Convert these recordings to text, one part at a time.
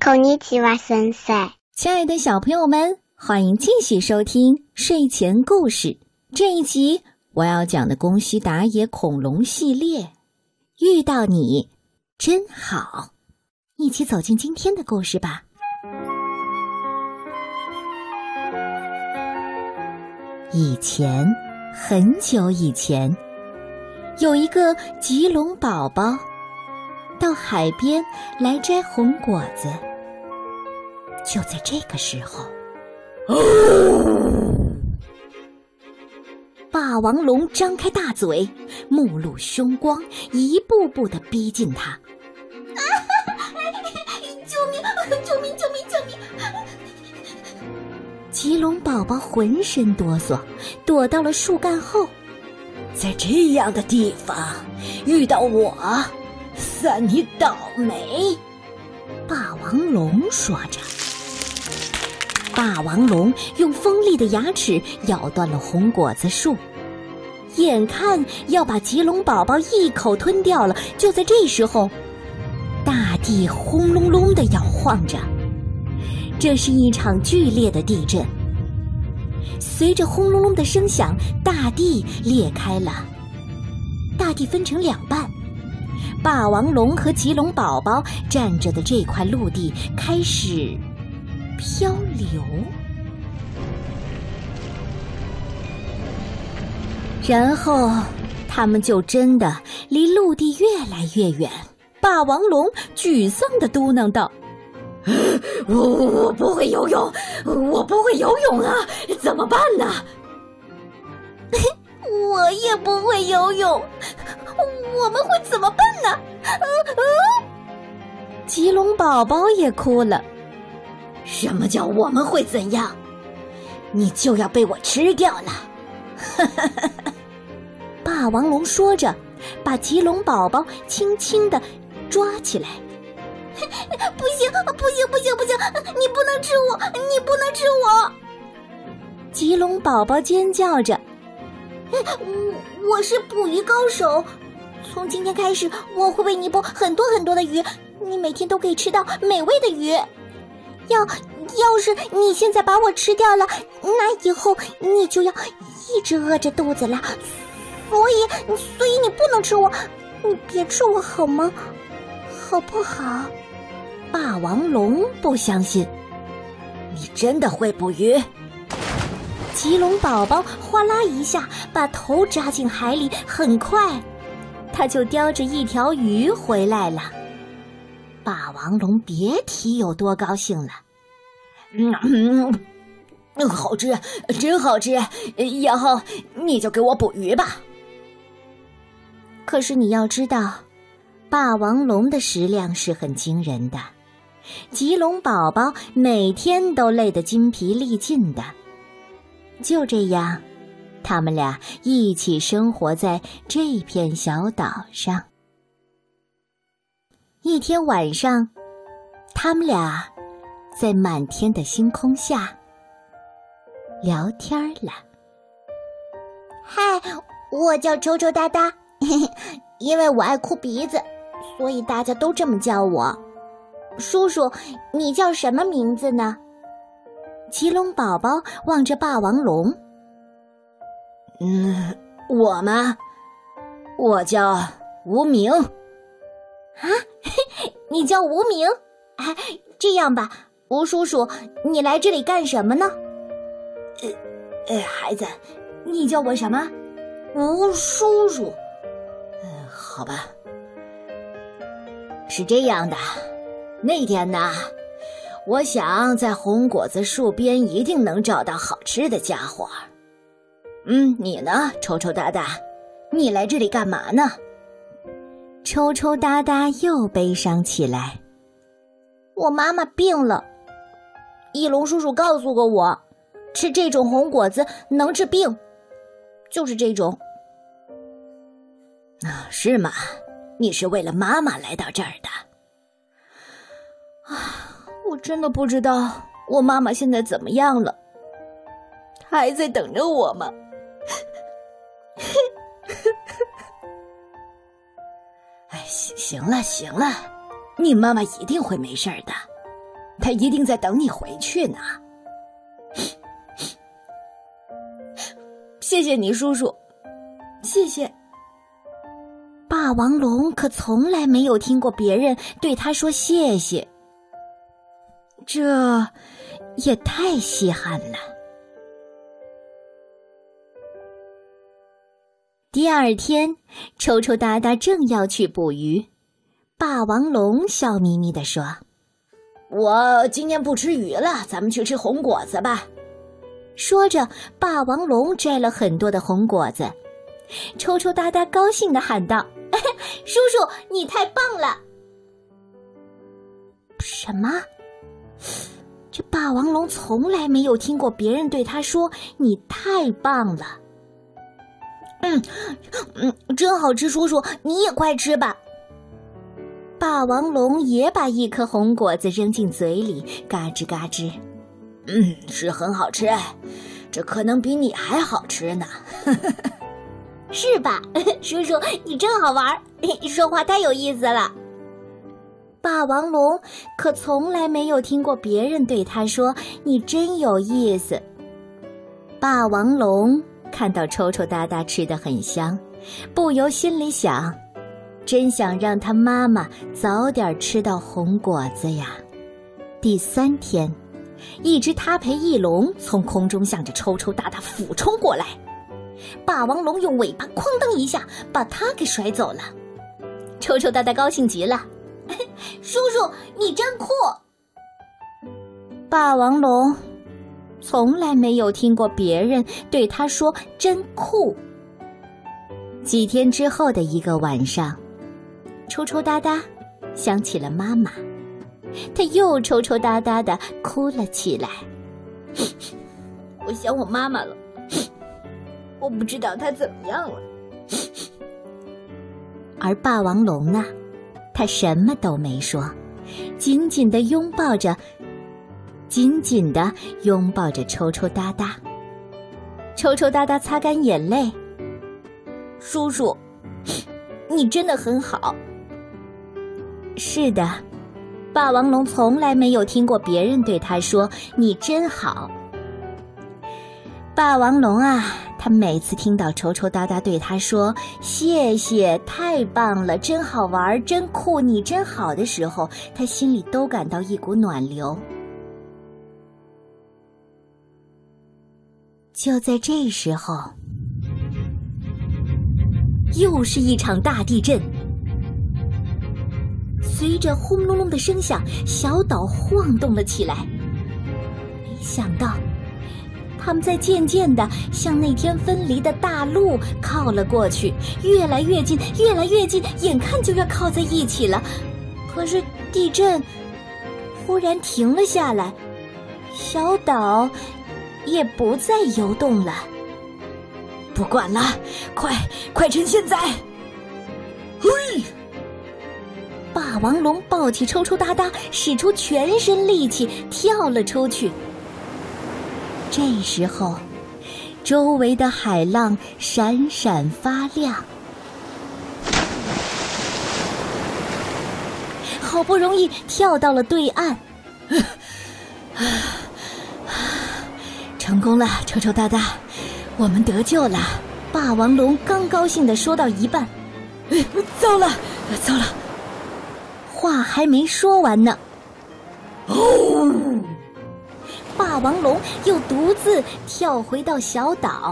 こんにちは先生。 亲爱的小朋友们，欢迎继续收听睡前故事。这一集我要讲的宫西达也恐龙系列，遇到你真好。一起走进今天的故事吧。以前，很久以前，有一个棘龙宝宝到海边来摘红果子。就在这个时候，霸王龙张开大嘴，目露凶光，一步步地逼近他。 救命！救命！救命！救命！ 棘龙宝宝浑身哆嗦，躲到了树干后。在这样的地方遇到我，算你倒霉！霸王龙说着。霸王龙用锋利的牙齿咬断了红果子树，眼看要把棘龙宝宝一口吞掉了。就在这时候，大地轰隆隆地摇晃着，这是一场剧烈的地震。随着轰隆隆的声响，大地裂开了，大地分成两半，霸王龙和棘龙宝宝站着的这块陆地开始漂流，然后他们就真的离陆地越来越远。霸王龙沮丧地嘟囔道：我不会游泳，我不会游泳啊，怎么办呢？ 我也不会游泳，我们会怎么办呢？ 棘龙宝宝也哭了。什么叫我们会怎样？你就要被我吃掉了！霸王龙说着，把棘龙宝宝轻轻地抓起来。 不行，不行，不行，不行！你不能吃我，你不能吃我！ 棘龙宝宝尖叫着： 我是捕鱼高手，从今天开始，我会为你捕很多很多的鱼，你每天都可以吃到美味的鱼。要是你现在把我吃掉了，那以后你就要一直饿着肚子了。所以你不能吃我，你别吃我好吗？好不好？ 霸王龙不相信。你真的会捕鱼？棘龙宝宝哗啦一下把头扎进海里，很快他就叼着一条鱼回来了。霸王龙别提有多高兴了。好吃，真好吃，以后你就给我捕鱼吧。可是你要知道，霸王龙的食量是很惊人的，棘龙宝宝每天都累得筋疲力尽的。就这样，他们俩一起生活在这片小岛上。一天晚上，他们俩在满天的星空下聊天了。 嗨，我叫抽抽哒哒，因为我爱哭鼻子，所以大家都这么叫我。叔叔，你叫什么名字呢？ 棘龙宝宝望着霸王龙。我吗？我叫无名。 啊，你叫无名？哎，这样吧，吴叔叔，你来这里干什么呢？ 孩子，你叫我什么？ 吴叔叔。 好吧。是这样的，那天呢，我想在红果子树边一定能找到好吃的家伙。你呢，抽抽搭搭，你来这里干嘛呢？抽抽搭搭又悲伤起来。 我妈妈病了，翼龙叔叔告诉过我，吃这种红果子能治病，就是这种。 是吗？你是为了妈妈来到这儿的？我真的不知道我妈妈现在怎么样了，还在等着我吗？行了，你妈妈一定会没事的。 他一定在等你回去呢。谢谢你，叔叔，谢谢。 霸王龙可从来没有听过别人对他说谢谢，这也太稀罕了。第二天，抽抽搭搭正要去捕鱼，霸王龙笑眯眯地说：“ 我今天不吃鱼了，咱们去吃红果子吧。” 说着，霸王龙摘了很多的红果子。抽抽搭搭高兴地喊道：“叔叔，你太棒了！”什么？这霸王龙从来没有听过别人对他说“你太棒了”。真好吃，叔叔，你也快吃吧。霸王龙也把一颗红果子扔进嘴里，嘎吱嘎吱。 是很好吃，这可能比你还好吃呢。 是吧，叔叔，你真好玩，说话太有意思了。霸王龙可从来没有听过别人对他说“你真有意思”。霸王龙看到抽抽搭搭吃得很香，不由心里想，真想让他妈妈早点吃到红果子呀。第3天，一只踏培翼龙从空中向着抽抽搭搭俯冲过来，霸王龙用尾巴哐当一下把它给甩走了。抽抽搭搭高兴极了，叔叔你真酷！霸王龙从来没有听过别人对他说真酷。几天之后的一个晚上，抽抽搭搭想起了妈妈，他又抽抽搭搭地哭了起来。我想我妈妈了，我不知道她怎么样了。而霸王龙呢，他什么都没说，紧紧地拥抱着抽抽搭搭。抽抽搭搭擦干眼泪，叔叔，你真的很好。是的，霸王龙从来没有听过别人对他说你真好。霸王龙啊，他每次听到抽抽搭搭对他说谢谢，太棒了，真好玩，真酷，你真好的时候，他心里都感到一股暖流。就在这时候，又是一场大地震，随着轰隆隆的声响，小岛晃动了起来。没想到他们在渐渐地向那天分离的大陆靠了过去，越来越近，越来越近，眼看就要靠在一起了。可是地震忽然停了下来，小岛也不再游动了。 不管了，快趁现在！嘿！ 霸王龙抱起抽抽搭搭，使出全身力气跳了出去。这时候，周围的海浪闪闪发亮，好不容易跳到了对岸。 成功了，抽抽搭搭，我们得救了。 霸王龙刚高兴地说到一半， 糟了， 话还没说完呢，霸王龙又独自跳回到小岛。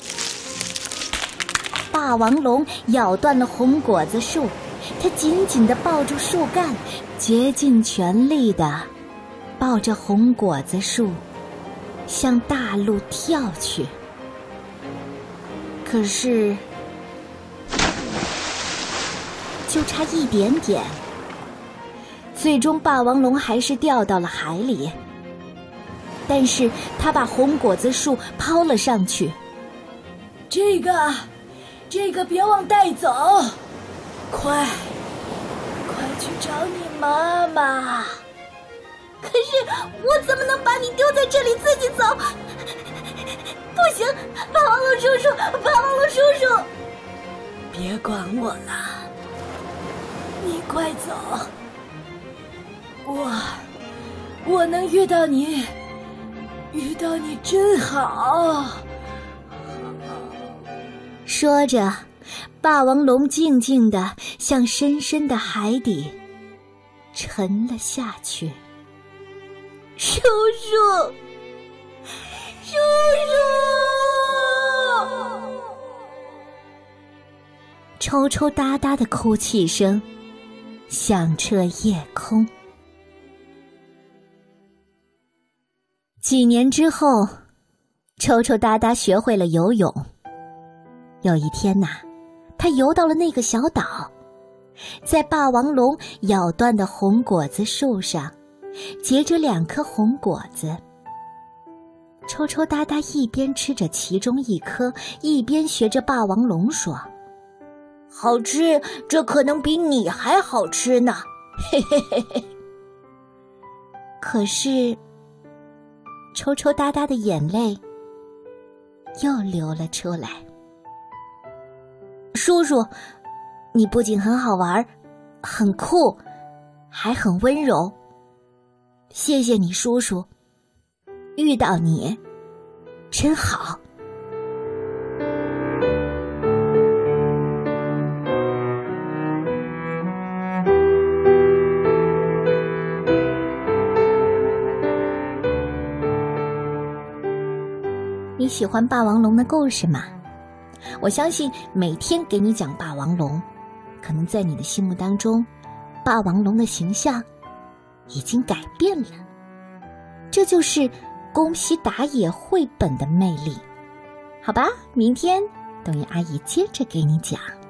霸王龙咬断了红果子树，它紧紧地抱住树干，竭尽全力地抱着红果子树向大陆跳去。可是就差一点点，最终霸王龙还是掉到了海里。但是他把红果子树抛了上去。 这个别忘带走，快去找你妈妈。 可是我怎么能把你丢在这里自己走？不行，霸王龙叔叔，霸王龙叔叔！ 别管我了，你快走， 我能遇到你真好。说着，霸王龙静静地向深深的海底沉了下去。叔叔，叔叔！抽抽搭搭的哭泣声响彻夜空。几年之后，抽抽搭搭学会了游泳。有一天呐，他游到了那个小岛，在霸王龙咬断的红果子树上结着2颗红果子。抽抽搭搭一边吃着其中一颗，一边学着霸王龙说：“好吃，这可能比你还好吃呢，嘿嘿嘿嘿。”可是抽抽搭搭的眼泪又流了出来。叔叔，你不仅很好玩，很酷，还很温柔。谢谢你，叔叔，遇到你真好。你喜欢霸王龙的故事吗？我相信每天给你讲霸王龙，可能在你的心目当中，霸王龙的形象已经改变了。这就是宫西达也绘本的魅力。好吧，明天冬雨阿姨接着给你讲。